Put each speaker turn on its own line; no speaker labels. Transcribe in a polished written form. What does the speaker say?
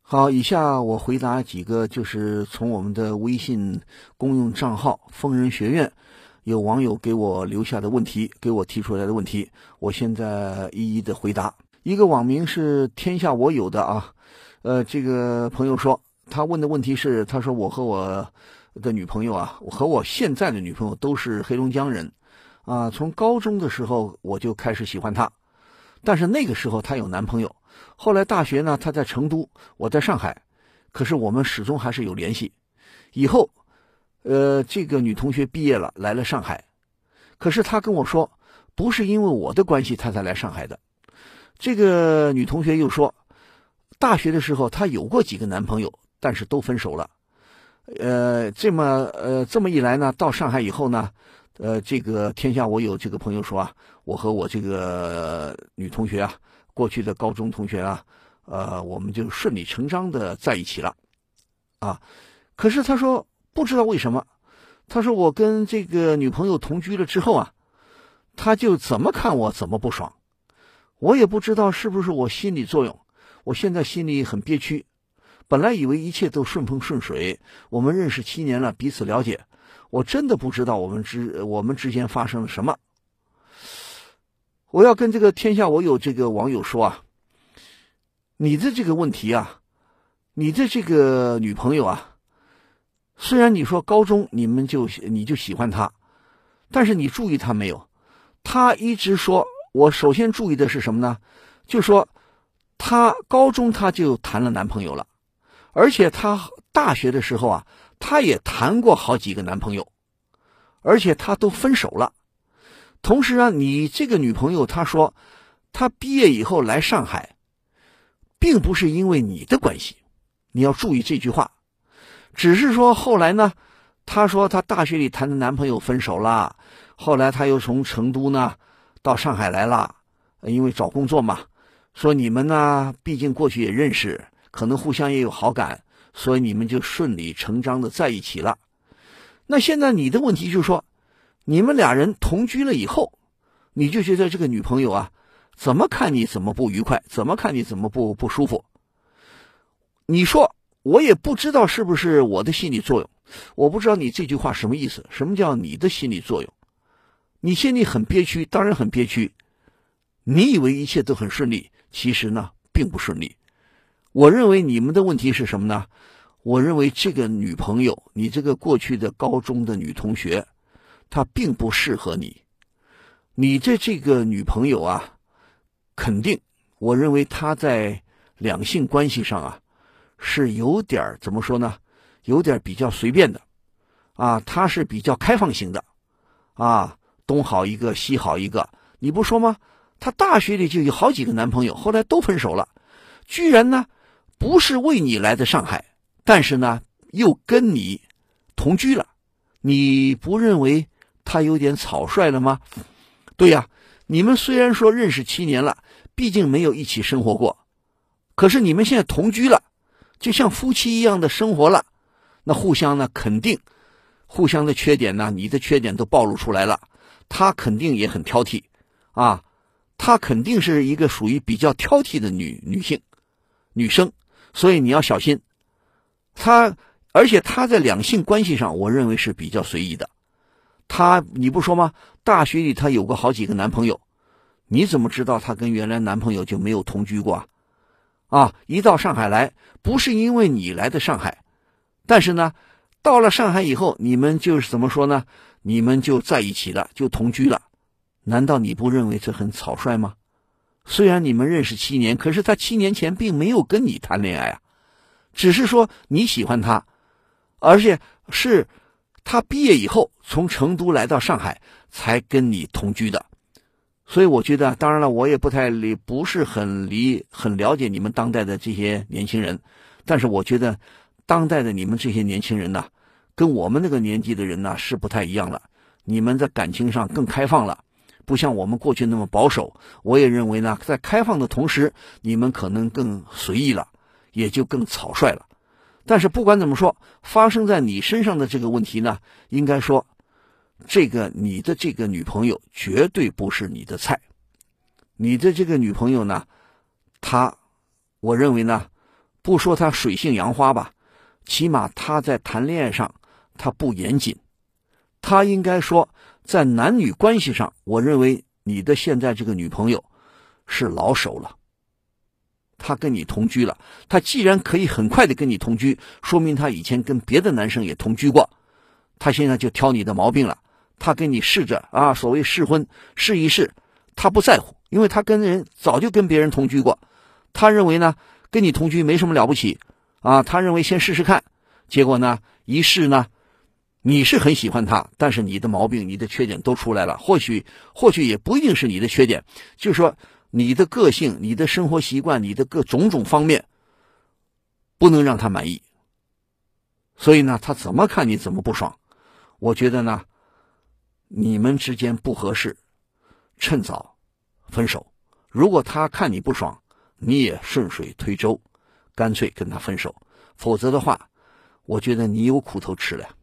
好，以下我回答几个就是从我们的微信公用账号疯人学院有网友给我留下的问题，给我提出来的问题，我现在一一的回答。一个网名是天下我有的啊，这个朋友说，他问的问题是，他说我和我的女朋友啊，我和我现在的女朋友都是黑龙江人啊，从高中的时候我就开始喜欢她，但是那个时候她有男朋友，后来大学呢她在成都，我在上海，可是我们始终还是有联系。以后这个女同学毕业了来了上海，可是她跟我说不是因为我的关系她才来上海的。这个女同学又说，大学的时候她有过几个男朋友，但是都分手了。这么一来呢，到上海以后呢，这个天下我有这个朋友说啊，我和我这个女同学啊，过去的高中同学啊，我们就顺理成章的在一起了，啊，可是他说不知道为什么，他说我跟这个女朋友同居了之后啊，他就怎么看我怎么不爽，我也不知道是不是我心理作用，我现在心里很憋屈。本来以为一切都顺风顺水，我们认识7年了，彼此了解，我真的不知道我们之间发生了什么。我要跟这个天下我有这个网友说啊，你的这个问题啊，你的这个女朋友啊，虽然你说高中你就喜欢她，但是你注意她没有？她一直说，我首先注意的是什么呢？就说她高中她就谈了男朋友了。而且她大学的时候啊，她也谈过好几个男朋友，而且她都分手了。同时啊，你这个女朋友她说，她毕业以后来上海，并不是因为你的关系，你要注意这句话。只是说后来呢，她说她大学里谈的男朋友分手了，后来她又从成都呢到上海来了，因为找工作嘛。说你们呢，毕竟过去也认识。可能互相也有好感，所以你们就顺理成章的在一起了。那现在你的问题就是说，你们俩人同居了以后，你就觉得这个女朋友啊，怎么看你怎么不愉快，怎么看你怎么不舒服。你说我也不知道是不是我的心理作用，我不知道你这句话什么意思，什么叫你的心理作用？你心里很憋屈，当然很憋屈，你以为一切都很顺利，其实呢并不顺利。我认为你们的问题是什么呢？我认为这个女朋友，你这个过去的高中的女同学，她并不适合你。你这个女朋友啊，肯定，我认为她在两性关系上啊，是有点怎么说呢？有点比较随便的，啊，她是比较开放型的，啊，东好一个西好一个。你不说吗？她大学里就有好几个男朋友，后来都分手了，居然呢不是为你来的上海，但是呢又跟你同居了，你不认为他有点草率了吗？对呀，你们虽然说认识7年了，毕竟没有一起生活过，可是你们现在同居了，就像夫妻一样的生活了，那互相呢肯定互相的缺点呢，你的缺点都暴露出来了，他肯定也很挑剔啊，他肯定是一个属于比较挑剔的女生，所以你要小心。而且他在两性关系上，我认为是比较随意的。你不说吗？大学里他有过好几个男朋友，你怎么知道他跟原来男朋友就没有同居过啊？啊，一到上海来，不是因为你来的上海，但是呢，到了上海以后，你们就是怎么说呢？你们就在一起了，就同居了。难道你不认为这很草率吗？虽然你们认识7年，可是他7年前并没有跟你谈恋爱啊，只是说你喜欢他，而且是他毕业以后从成都来到上海才跟你同居的。所以我觉得，当然了，我也不是很了解你们当代的这些年轻人，但是我觉得当代的你们这些年轻人呢，跟我们那个年纪的人呢是不太一样了，你们在感情上更开放了，不像我们过去那么保守。我也认为呢，在开放的同时，你们可能更随意了，也就更草率了。但是不管怎么说，发生在你身上的这个问题呢，应该说你的这个女朋友绝对不是你的菜。你的这个女朋友呢，我认为呢不说他水性杨花吧，起码他在谈恋爱上他不严谨。他应该说在男女关系上，我认为你的现在这个女朋友是老手了。他跟你同居了，他既然可以很快的跟你同居，说明他以前跟别的男生也同居过，他现在就挑你的毛病了。他跟你试着所谓试婚试一试，他不在乎，因为他早就跟别人同居过，他认为呢跟你同居没什么了不起他认为先试试看，结果呢一试呢，你是很喜欢他，但是你的毛病你的缺点都出来了，或许也不一定是你的缺点，就是说你的个性你的生活习惯你的各种种方面不能让他满意，所以呢他怎么看你怎么不爽。我觉得呢你们之间不合适，趁早分手。如果他看你不爽，你也顺水推舟，干脆跟他分手，否则的话我觉得你有苦头吃了。